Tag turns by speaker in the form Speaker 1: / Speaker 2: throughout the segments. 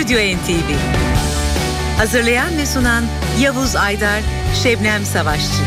Speaker 1: Stüdyo NTV. Hazırlayan ve sunan Yavuz Aydar, Şebnem Savaşçı.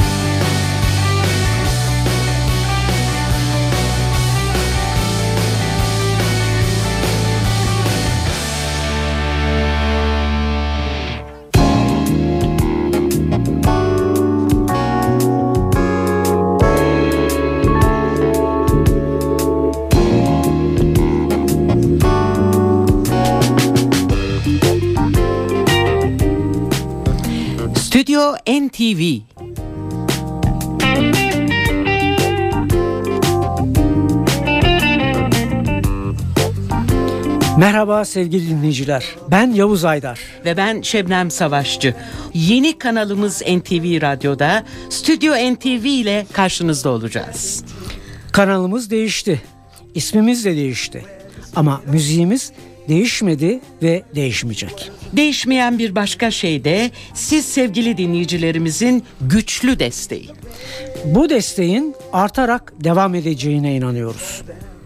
Speaker 2: Stüdyo NTV.
Speaker 3: Merhaba sevgili dinleyiciler. Ben Yavuz Aydar.
Speaker 2: Ve ben Şebnem Savaşçı. Yeni kanalımız NTV Radyo'da Stüdyo NTV ile karşınızda olacağız.
Speaker 3: Kanalımız değişti. İsmimiz de değişti. Ama müziğimiz değişmedi ve değişmeyecek.
Speaker 2: Değişmeyen bir başka şey de siz sevgili dinleyicilerimizin güçlü desteği.
Speaker 3: Bu desteğin artarak devam edeceğine inanıyoruz.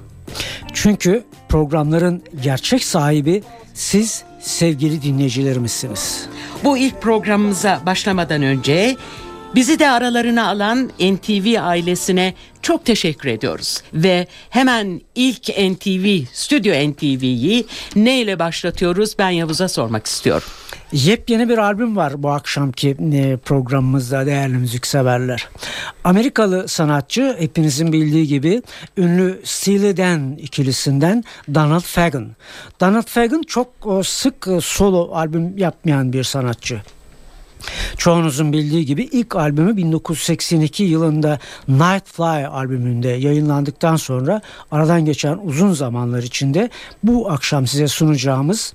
Speaker 3: Çünkü programların gerçek sahibi siz sevgili dinleyicilerimizsiniz.
Speaker 2: Bu ilk programımıza başlamadan önce bizi de aralarına alan NTV ailesine çok teşekkür ediyoruz. Ve hemen ilk Stüdyo NTV'yi neyle başlatıyoruz ben Yavuz'a sormak istiyorum.
Speaker 3: Yepyeni bir albüm var bu akşamki programımızda değerli müzikseverler. Amerikalı sanatçı hepinizin bildiği gibi ünlü Steely Dan ikilisinden Donald Fagen. Donald Fagen çok sık solo albüm yapmayan bir sanatçı. Çoğunuzun bildiği gibi ilk albümü 1982 yılında Nightfly albümünde yayınlandıktan sonra aradan geçen uzun zamanlar içinde bu akşam size sunacağımız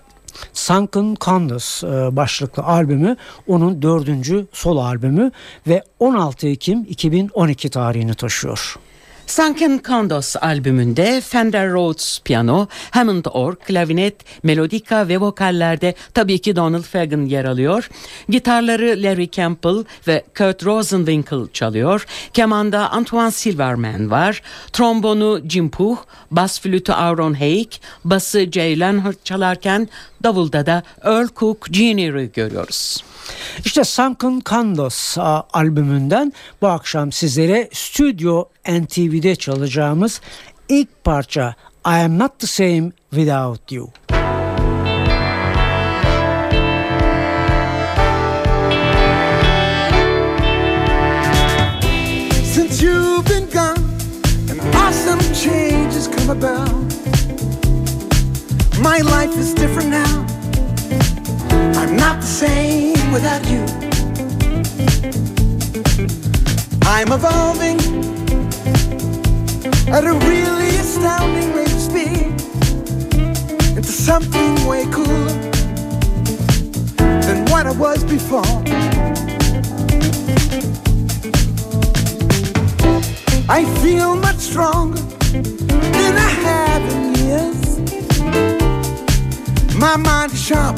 Speaker 3: Sunken Condos başlıklı albümü onun 4. solo albümü ve 16 Ekim 2012 tarihini taşıyor.
Speaker 2: Sunken Condos albümünde Fender Rhodes piyano, Hammond org, klavinet, melodika ve vokallerde tabii ki Donald Fagen yer alıyor. Gitarları Larry Campbell ve Kurt Rosenwinkel çalıyor. Kemanda Antoine Silverman var. Trombonu Jim Puch, bas flütü Aaron Hayek, bası Jay Leonard çalarken davulda da Earl Cook Jr.'ı görüyoruz.
Speaker 3: İşte Sunken Condos albümünden bu akşam sizlere Stüdyo NTV'de çalacağımız ilk parça I Am Not The Same Without You.
Speaker 4: Since you've been gone and awesome changes come about, my life is different now. I'm not the same without you. I'm evolving at a really astounding rate of speed into something way cooler than what I was before. I feel much stronger than I have in years. My mind is sharp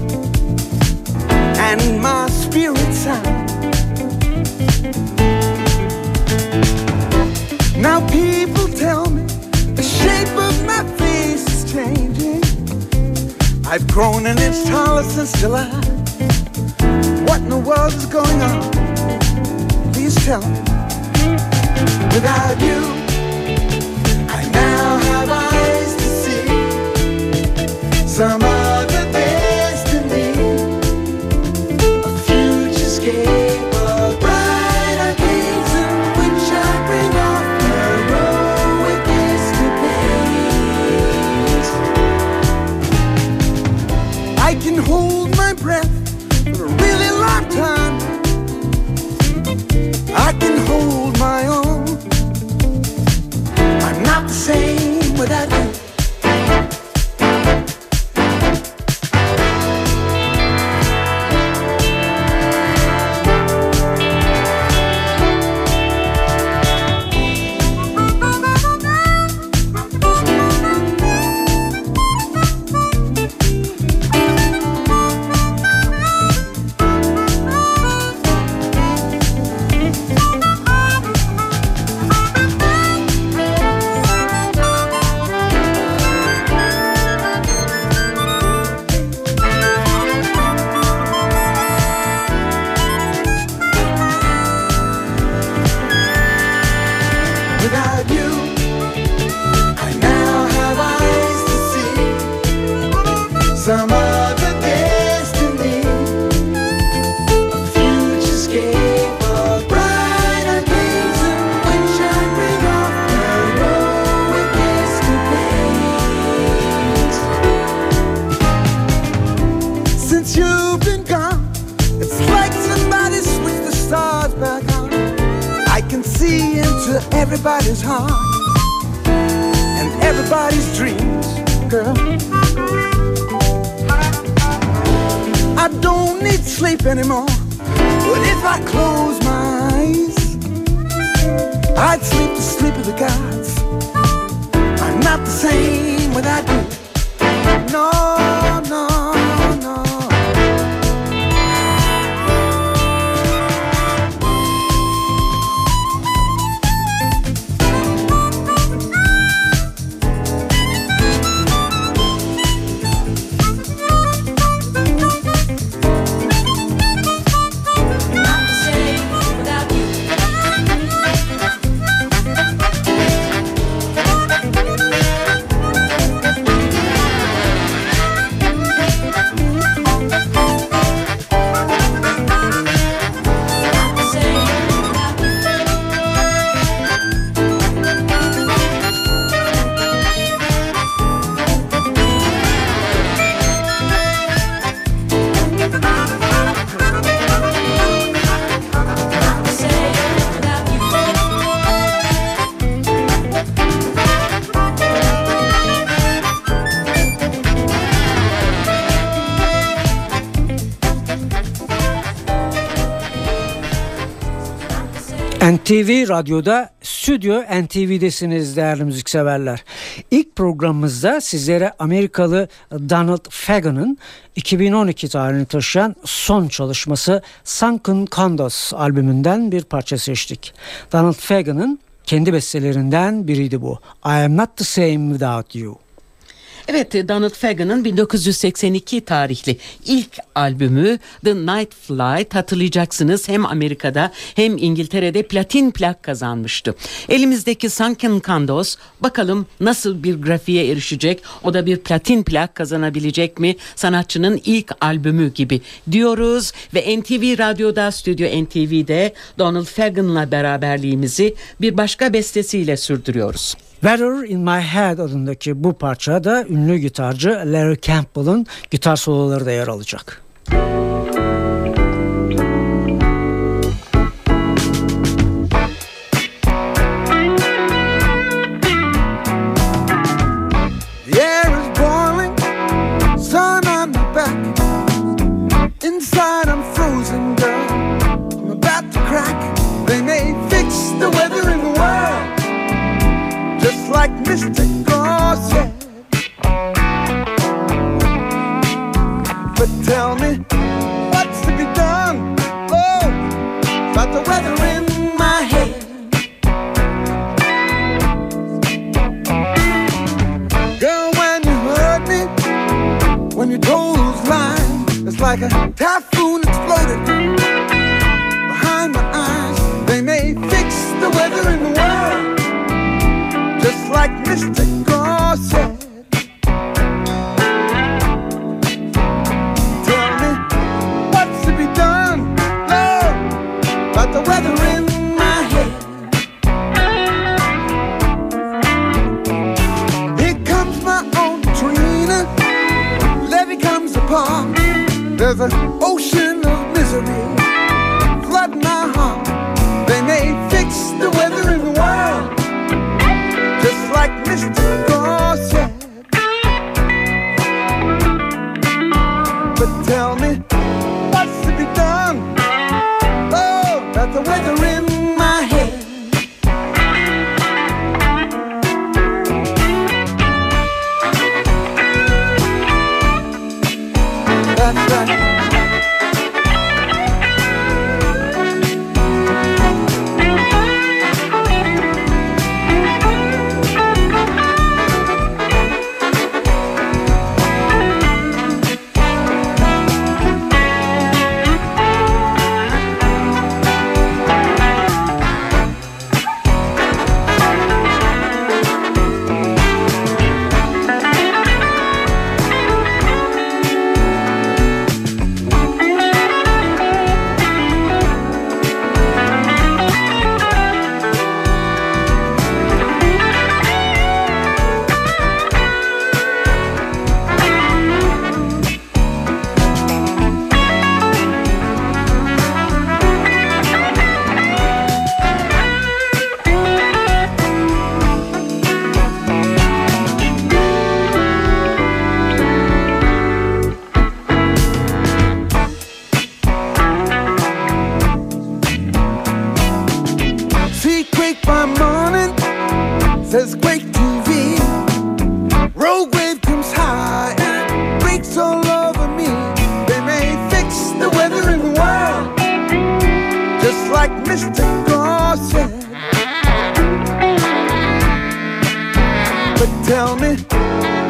Speaker 4: and my spirit sound. Now people tell me the shape of my face is changing. I've grown an inch taller since July. What in the world is going on? Please tell me. Without you, I now have eyes to see some other destiny, a futurescape of brighter days in which I bring off heroic escapades. I can hold my breath for a really long time. I can hold my own. I'm not the same without you. everybody's heart and everybody's dreams, girl. I don't need sleep anymore, but if I close my eyes, I'd sleep the sleep of the gods. I'm not the same without you. No, no, no.
Speaker 3: NTV Radyo'da Stüdyo NTV'desiniz değerli müzikseverler. İlk programımızda sizlere Amerikalı Donald Fagen'ın 2012 tarihini taşıyan son çalışması Sunken Condos albümünden bir parça seçtik. Donald Fagen'ın kendi bestelerinden biriydi bu. I Am Not The Same Without You.
Speaker 2: Evet, Donald Fagen'ın 1982 tarihli ilk albümü The Night Flight, hatırlayacaksınız, hem Amerika'da hem İngiltere'de platin plak kazanmıştı. Elimizdeki Sunken Condos bakalım nasıl bir grafiğe erişecek, o da bir platin plak kazanabilecek mi, sanatçının ilk albümü gibi diyoruz ve NTV Radyo'da, Stüdyo NTV'de Donald Fagen'la beraberliğimizi bir başka bestesiyle sürdürüyoruz.
Speaker 3: Weather in My Head adındaki bu parçada ünlü gitarcı Larry Campbell'ın gitar soloları da yer alacak.
Speaker 4: The air is boiling, sun on my back. Inside I'm frozen, girl. I'm about to crack. They may fix the weather in the world, just like Mr. Gore said. But tell me, what's to be done? Oh, about the weather in my head. Girl, when you hurt me, when you told those lies, it's like a typhoon exploded behind my eyes. They may fix the weather in the world, just like Mr. Gore said. Tell me, what's to be done, Lord, about the weather in my head. Here comes my own Trina, levee comes apart. There's an ocean of misery flooding my heart. They may fix the weather in the world, just like Mr. Gore said. But tell me, what's to be done? Oh, about the weather in my head. That's right.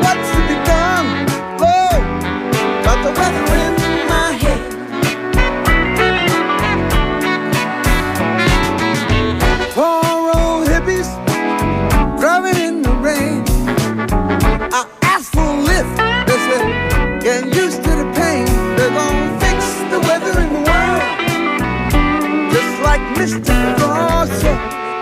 Speaker 4: what's to be done? Oh, but the weather in my head. Poor old hippies driving in the rain. I asked for a lift. They said, get used to the pain. They're gonna fix the weather in the world, just like Mr. Claus said.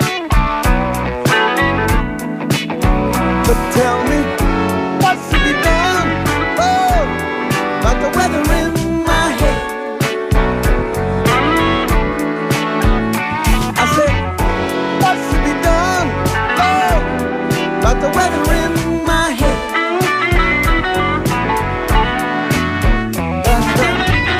Speaker 4: But tell me, what's to be done? Oh, about the weather in my head. I said, what's to be done? Oh, about the weather in my head. That's right.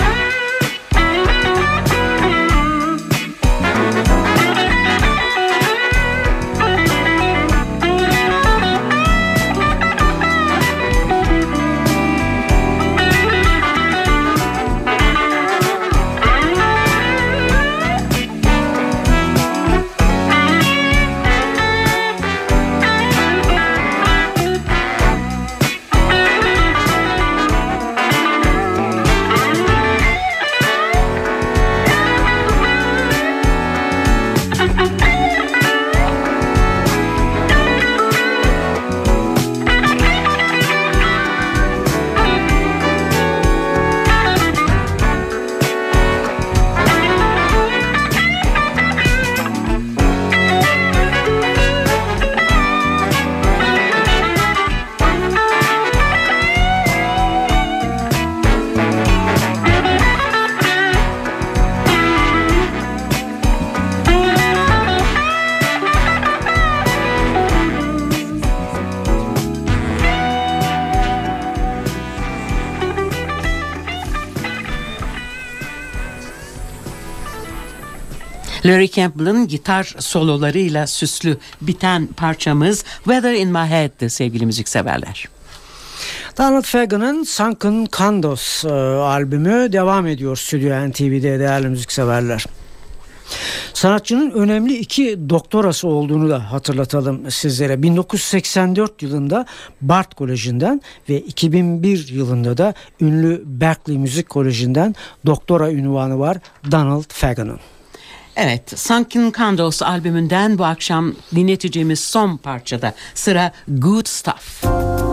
Speaker 2: Larry Campbell'ın gitar sololarıyla süslü biten parçamız Weather in My Head'di sevgili müzikseverler.
Speaker 3: Donald Fagen'ın Sunken Condos albümü devam ediyor Stüdyo NTV'de değerli müzikseverler. Sanatçının önemli 2 doktorası olduğunu da hatırlatalım sizlere. 1984 yılında Bard Koleji'nden ve 2001 yılında da ünlü Berklee Müzik Koleji'nden doktora ünvanı var Donald Fagen'ın.
Speaker 2: Evet, Sunken Condos albümünden bu akşam dinleteceğimiz son parçada sıra Good Stuff.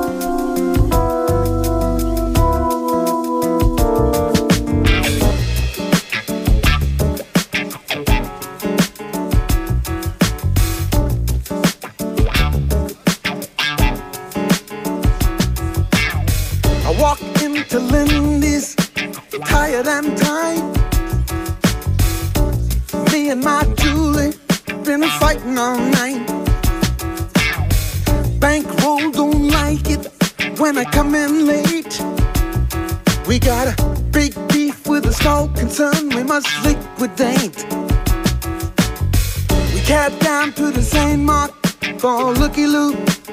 Speaker 4: I walk into Lindy's, tired and tired. Me and my Julie been fighting all night. Bankroll don't like it when I come in late. We got a big beef with a small concern we must liquidate. We cab down to the St. Mark for a looky-loo.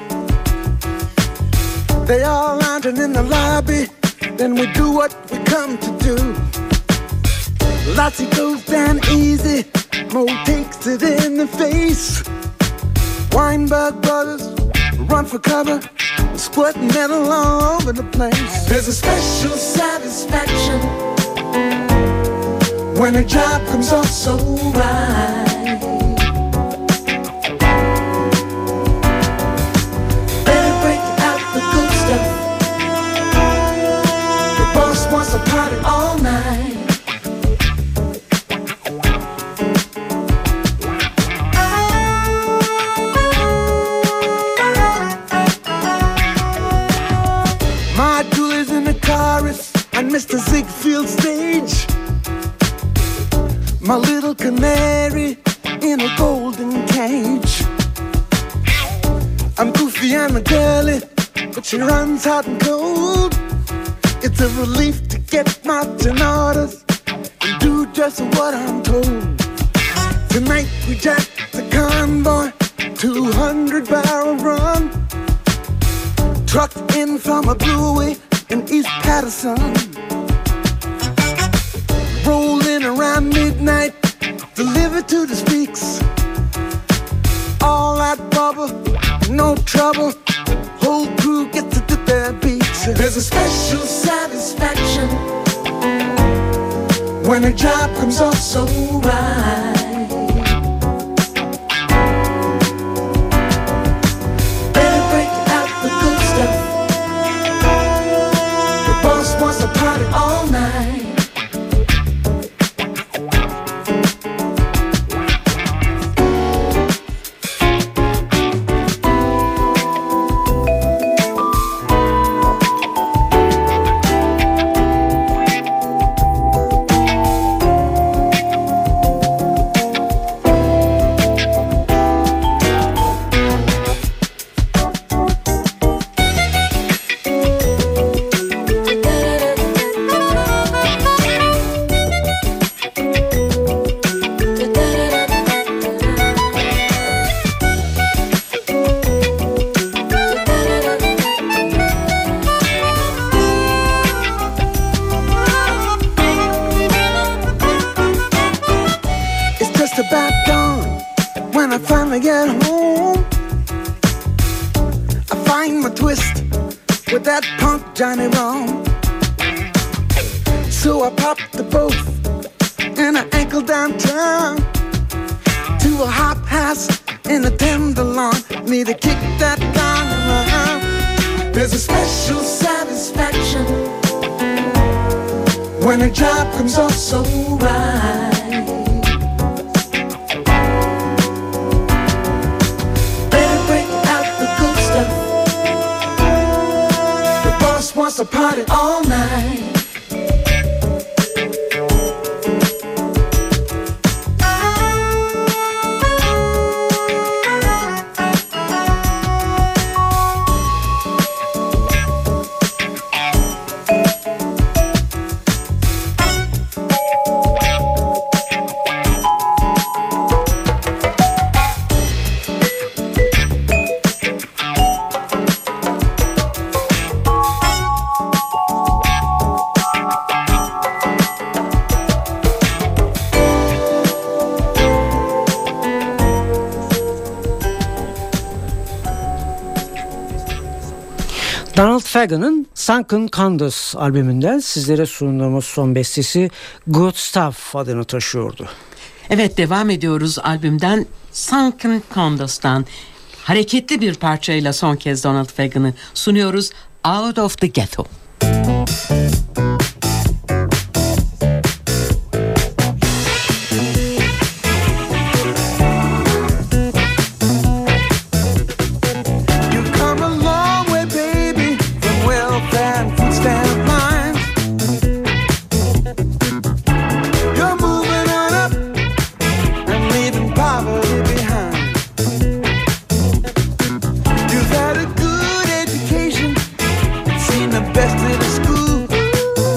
Speaker 4: They all lounging in the lobby, then we do what we come to do. Lottie goes down easy, Mo takes it in the face. Weinberg brothers run for cover, squirting metal all over the place. There's a special satisfaction when a job comes off so right. Better break out the good stuff. The boss wants to party all night. And Mr. Ziegfeld stage, my little canary in a golden cage. I'm goofy and a girly, but she runs hot and cold. It's a relief to get marching orders and do just what I'm told. Tonight we jack the convoy, 200-barrel run, trucked in from a brewery in East Patterson. Rolling around midnight, delivered to the speaks. All that bubble, no trouble. Whole crew gets to dip their There's a special satisfaction when a job comes off so right. Better break out the good stuff. The boss wants to party all night. About dawn when I finally get home. I find my twist with that punk Johnny Rome. So I pop the both and I ankle downtown to a hop house in a Tenderloin. Need to kick that gong around. There's a special satisfaction when a job comes off so right. Wants to party all night.
Speaker 3: Donald Fagen'ın Sunken Condos albümünden sizlere sunduğumuz son bestesi Good Stuff adını taşıyordu.
Speaker 2: Evet, devam ediyoruz albümden Sunken Condos'tan. Hareketli bir parçayla son kez Donald Fagen'ı sunuyoruz. Out of the Ghetto.
Speaker 4: Best in the school.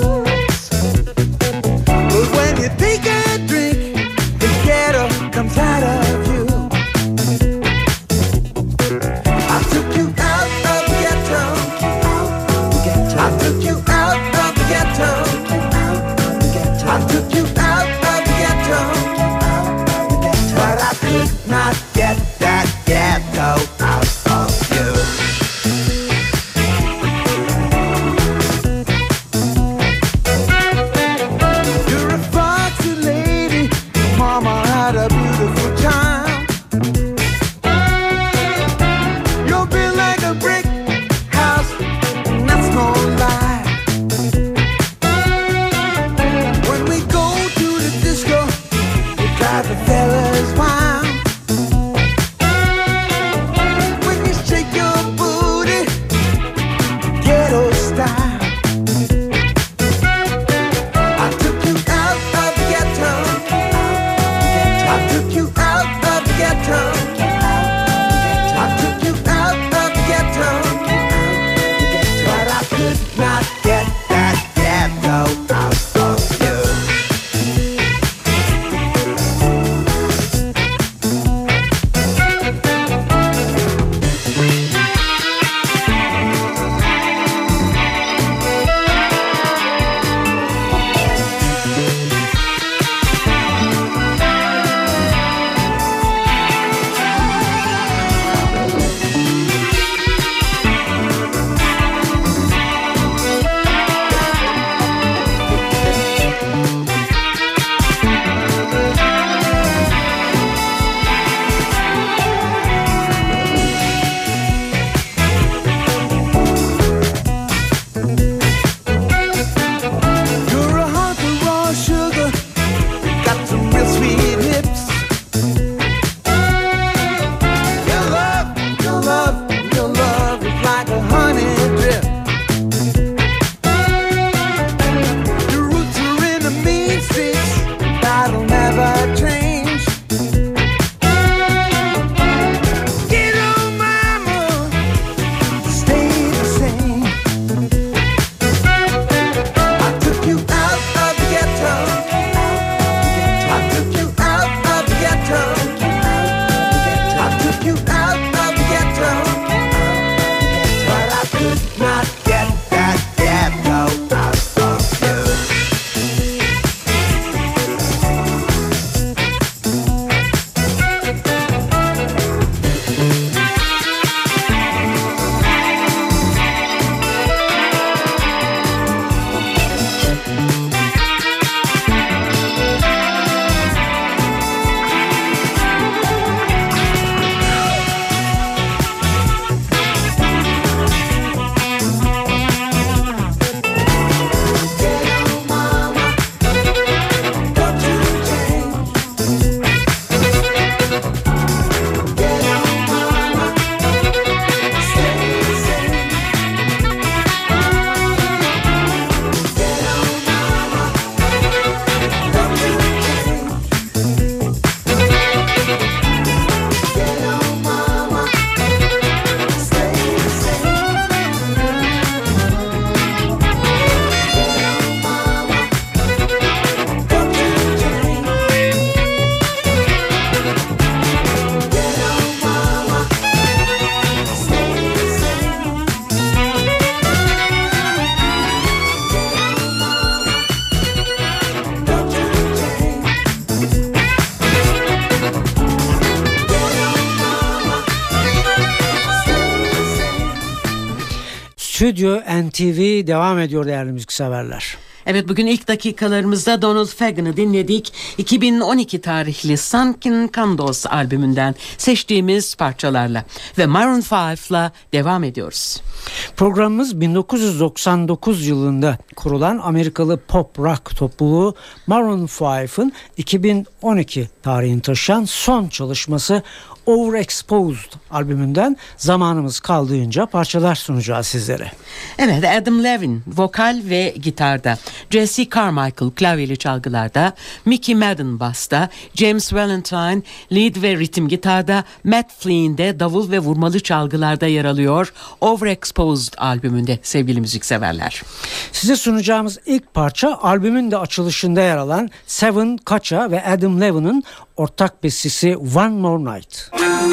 Speaker 3: Stüdyo NTV devam ediyor değerli müzikseverler.
Speaker 2: Evet, bugün ilk dakikalarımızda Donald Fagen'ı dinledik. 2012 tarihli Sunken Candles albümünden seçtiğimiz parçalarla ve Maroon 5'la devam ediyoruz.
Speaker 3: Programımız 1999 yılında kurulan Amerikalı pop rock topluluğu Maroon 5'ın 2012 tarihini taşıyan son çalışması Overexposed albümünden zamanımız kaldığınca parçalar sunacağız sizlere.
Speaker 2: Evet, Adam Levine vokal ve gitarda, Jesse Carmichael klavyeli çalgılarda, Mickey Madden basta, James Valentine lead ve ritim gitarda, Matt Flynn de davul ve vurmalı çalgılarda yer alıyor Overexposed albümünde sevgili müzikseverler.
Speaker 3: Size sunacağımız ilk parça albümün de açılışında yer alan Seven Kacha ve Adam Levine'ın ortak bestesi One More Night.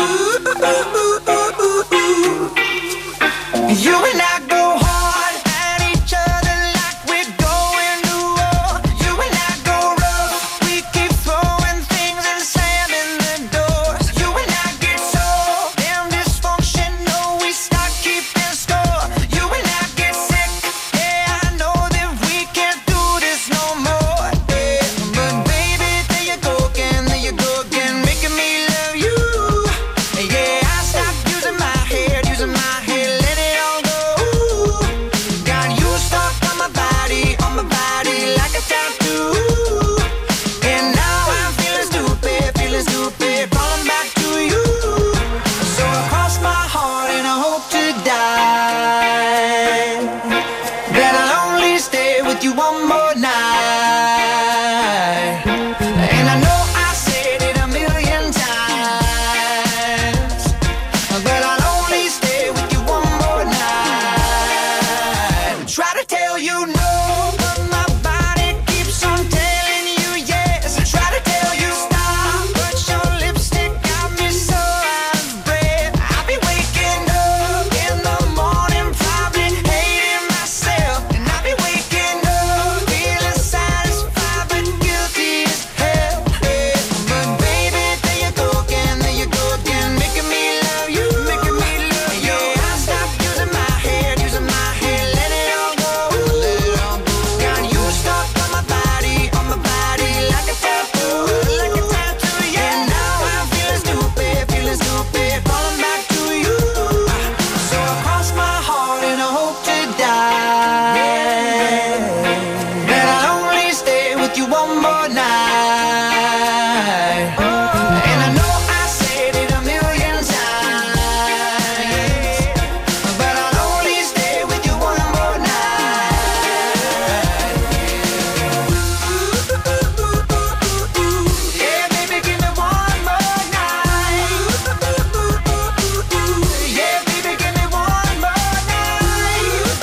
Speaker 4: You and I go hard at each other like we're going to war. You and I go rough, we keep throwing things and slamming the doors. You and I get so damn dysfunctional, we start keeping score. You and I get sick, yeah, I know that we can't do this no more. Yeah. But baby, there you go again, making me love you. Yeah, I stopped using my head, let it all go. Got you stuck on my body like a tattoo. And now I'm feeling stupid, falling back to you. So I cross my heart and I hope to die that I'll only stay with you one more night. And I know I said it a million times, but I'll only stay with you one more night. Try to tell you no, but my body keeps on telling you yes. Try to tell you stop, but your lipstick got me so out of breath. I'll be waking up in the morning, probably hating myself. And I'll be waking up feeling satisfied but guilty as hell. But baby, there you go again, making me love you. Yeah, I stopped using my head, let it all go. Got you stuck on my body like a tattoo. Yeah, now I'm feeling stupid, falling back to you. So I cross my heart and I hope to die that I'll only stay with you one more night. And I know I said it a million times, but I'll only stay with you one more night. Yeah, baby, give me one more night. Yeah, baby, give me one more night.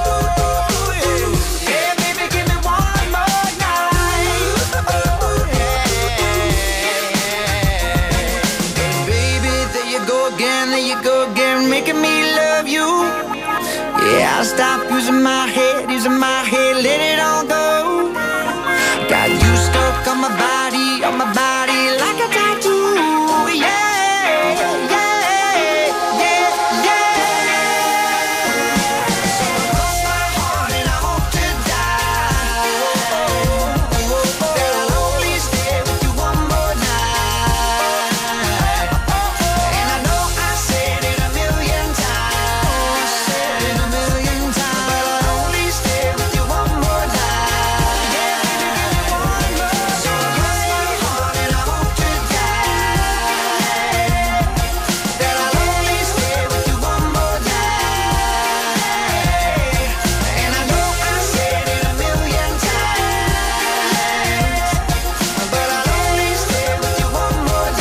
Speaker 4: Yeah, baby, give me one more night. Baby, there you go again, making me love you. Yeah, I'll stop using my head, let it all go. Got you stuck on my body like a tattoo. Yeah, So I cross my heart and I hope to die that I'll only stay with you one more night. And I know I said it a million times, but I'll only stay with you one more night. Yeah, baby, give me one more. So I cross my heart and I hope to die that I'll only stay with you one more night. And I know I said it a million times, but I'll only stay with you one more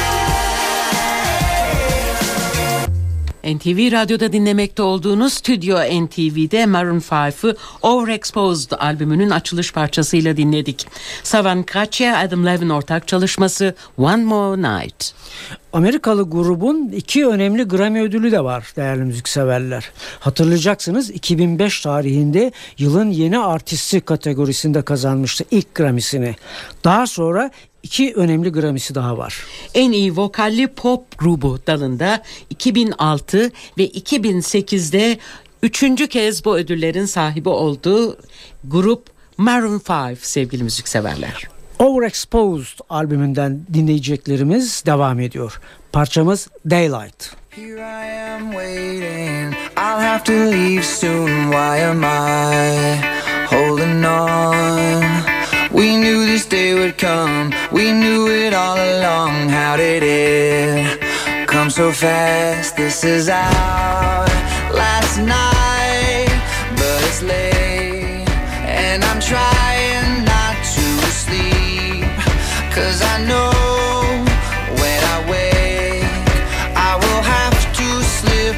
Speaker 4: night.
Speaker 2: NTV Radyo'da dinlemekte olduğunuz Stüdyo NTV'de Maroon 5'ı Overexposed albümünün açılış parçasıyla dinledik. Seven Kacha, Adam Levine ortak çalışması One More Night.
Speaker 3: Amerikalı grubun 2 önemli Grammy ödülü de var değerli müzikseverler. Hatırlayacaksınız 2005 tarihinde yılın yeni artisti kategorisinde kazanmıştı ilk Grammy'sini. Daha sonra 2 önemli Grammy'si daha var.
Speaker 2: En iyi vokalli pop grubu dalında 2006 ve 2008'de Üçüncü kez bu ödüllerin sahibi olduğu grup Maroon 5 sevgili müzikseverler.
Speaker 3: Overexposed albümünden dinleyeceklerimiz devam ediyor. Parçamız Daylight.
Speaker 5: Here I am waiting, I'll have to leave soon. Why am I holding on? We knew this day would come, we knew it all along. How did it come so fast? This is our last night, but it's late, and I'm trying not to sleep, 'cause I know when I wake I will have to slip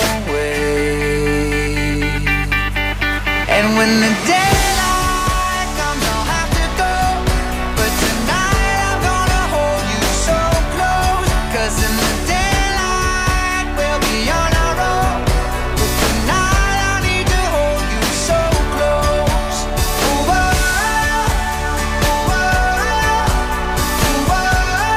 Speaker 5: away. And when the daylight comes I'll have to go, but tonight I'm gonna hold you so close, 'cause in the daylight we'll be on our own, but tonight I need to hold you so close. Ooh, oh, ooh, oh, ooh, oh,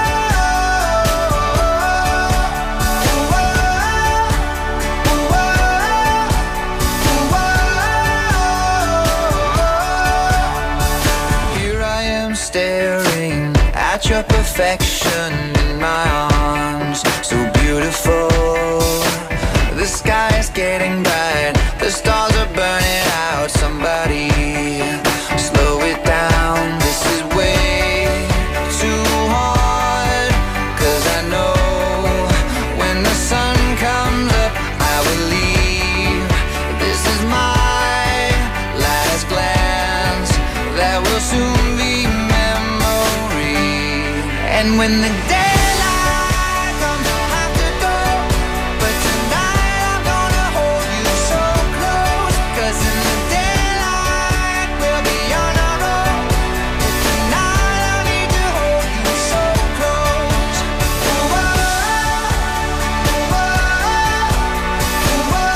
Speaker 5: here I am staring at your perfection in my arms, so beautiful. The sky is getting bright, the stars are burning out. Somebody slow it down, this is way too hard. 'Cause I know when the sun comes up I will leave. This is my last glance, that will soon be memory. And when the daylight comes I'll have to go, but tonight I'm gonna hold you so close, 'cause in the daylight we'll be on our own, but tonight I need to hold you so close. Ooh, oh, ooh, oh, ooh, oh, ooh, oh,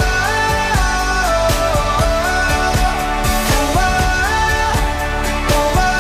Speaker 5: ooh, oh, ooh, oh.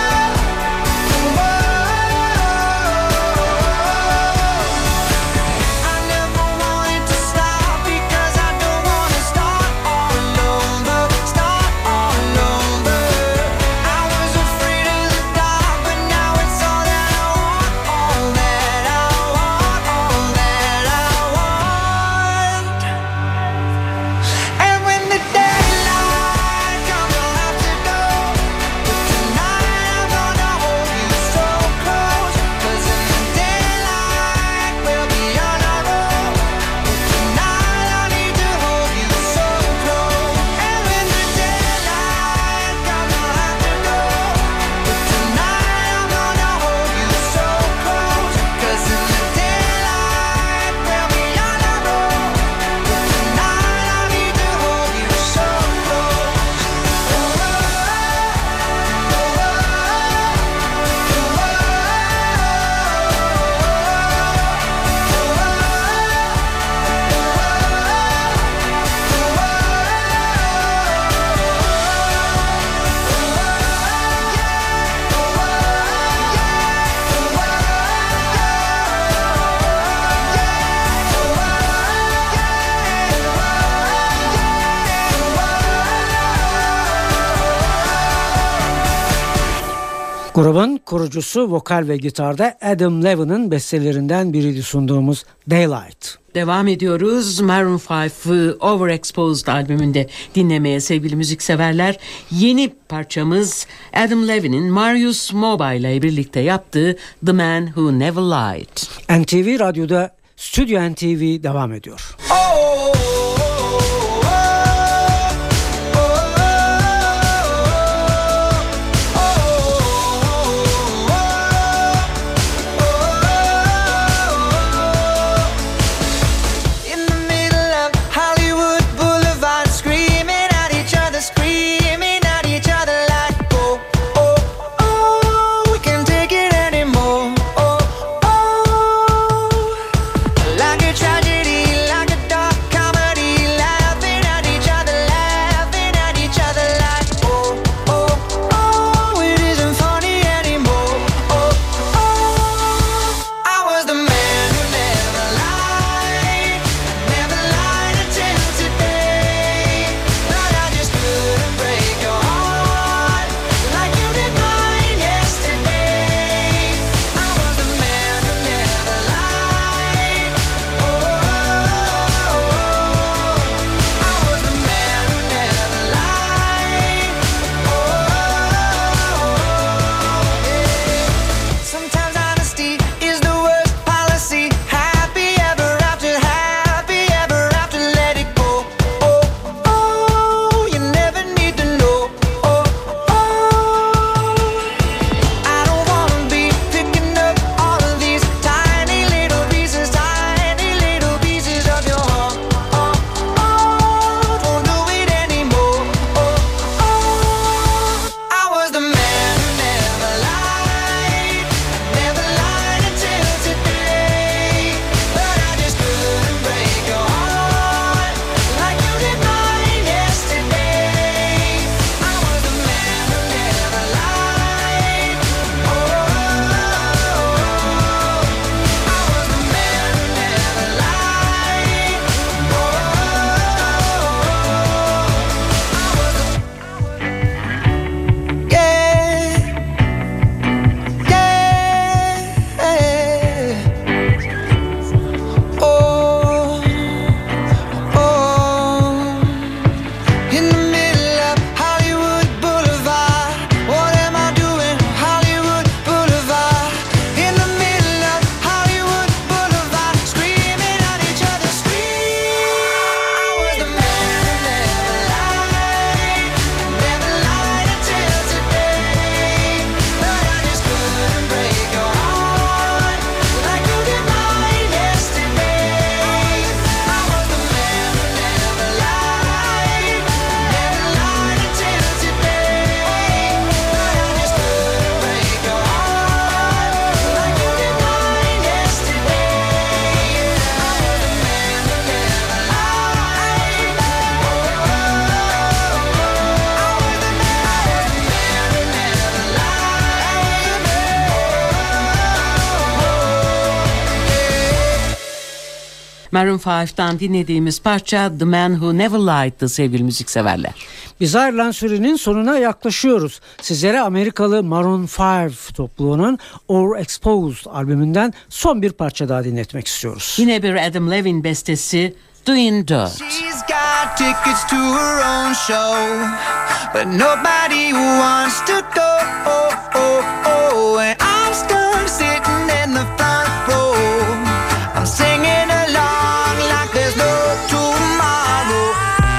Speaker 5: I never wanted to stop, because I don't wanna start all over, start all over. I was afraid of the dark, but now it's all that I want, all that I want, all that I want. And when the daylight comes I'll have to go, but tonight I'm gonna hold you so close, 'cause in the daylight we'll be on our own, but tonight I need to hold you so close. And when the daylight comes I'll have to go, but tonight I'm gonna hold you so close, 'cause in the daylight we'll be on our own, but tonight I need to hold you so close.
Speaker 3: Grubun kurucusu vokal ve gitarda Adam Levin'in bestelerinden biriydi sunduğumuz Daylight.
Speaker 2: Devam ediyoruz. Maroon 5'ı Overexposed albümünde dinlemeye sevgili müzikseverler. Yeni parçamız Adam Levin'in Marius Moba ile birlikte yaptığı The Man Who Never Lied.
Speaker 3: NTV Radyo'da Stüdyo NTV devam ediyor.
Speaker 5: In the middle of Hollywood Boulevard, screaming at each other like, oh, oh, oh, we can't take it anymore. Oh, oh, like a tragedy, like a dark
Speaker 2: Maroon 5'tan dinlediğimiz parça The Man Who Never Lied'dı sevgili müzikseverler.
Speaker 3: Biz ayrılan sürenin sonuna yaklaşıyoruz. Sizlere Amerikalı Maroon 5 topluluğunun Overexposed albümünden son bir parça daha dinletmek istiyoruz.
Speaker 2: Yine bir Adam Levine bestesi Doing Dirt.
Speaker 5: She's got tickets to her own show, but nobody wants to go. And I'm stuck sitting in the front row. I'm singing along like there's no tomorrow.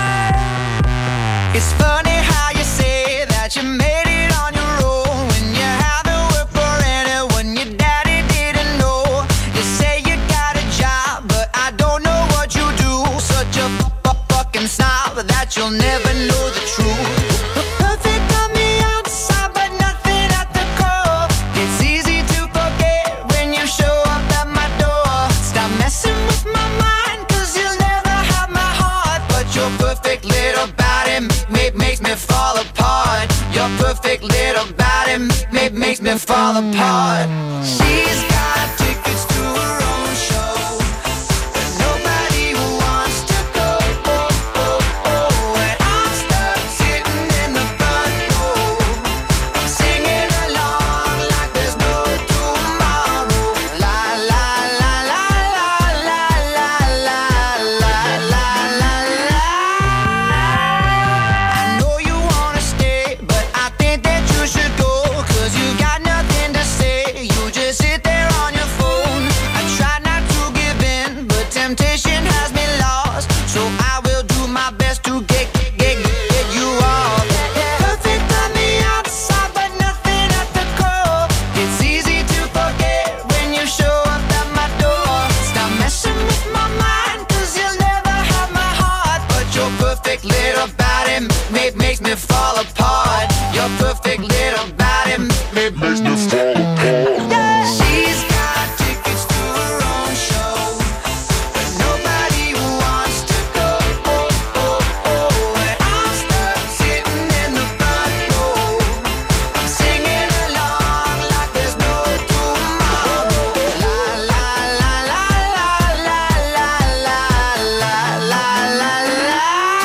Speaker 5: It's funny how you say that you made it on your own when you haven't worked for anyone your daddy didn't know. You say you got a job, but I don't know what you do. Such a fucking snob that you'll never know the truth. Perfect on the outside, but nothing at the core. It's easy to forget when you show up at my door. Stop messing with my mind, 'cause you'll never have my heart. But your perfect little body makes me fall apart. Your perfect little body makes me fall apart. She's got tickets to her own show, but nobody wants to go. And I'm stuck sitting in the front row. I'm singing along like there's no tomorrow. La la la la la la la la la la la la. I know you wanna stay, but I think that you should go, 'cause you got nothing to say. You just sit there on your phone. I try not to give in, but temptation has me lost. So I will do my best to get you off. Perfect on the outside, but nothing at the core. It's easy to forget when you show up at my door. Stop messing with my mind, 'cause you'll never have my heart. But your perfect little body makes me fall apart. Your perfect little body makes me fall apart. She's got tickets to her own show, but nobody wants to go. And I'm stuck sitting in the front row. I'm singing along like there's no tomorrow. La la la la la la la la la la la la.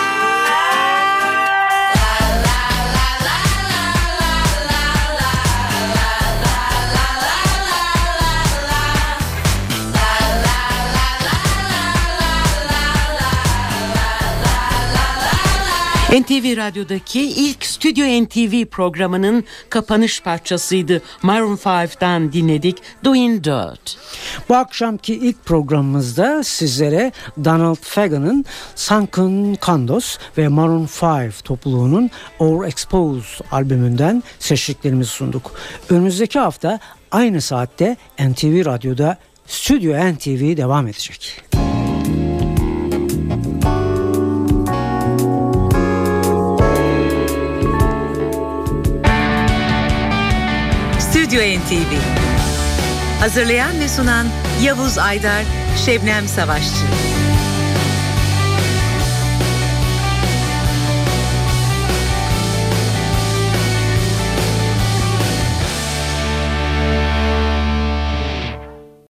Speaker 2: NTV Radyo'daki ilk Stüdyo NTV programının kapanış parçasıydı. Maroon 5'tan dinledik Doing Dirt.
Speaker 3: Bu akşamki ilk programımızda sizlere Donald Fagen'ın Sunken Condos ve Maroon 5 topluluğunun Overexposed albümünden seçtiklerimizi sunduk. Önümüzdeki hafta aynı saatte NTV Radyo'da Stüdyo NTV devam edecek.
Speaker 1: Stüdyo NTV Hazırlayan ve sunan Yavuz Aydar, Şebnem Savaşçı.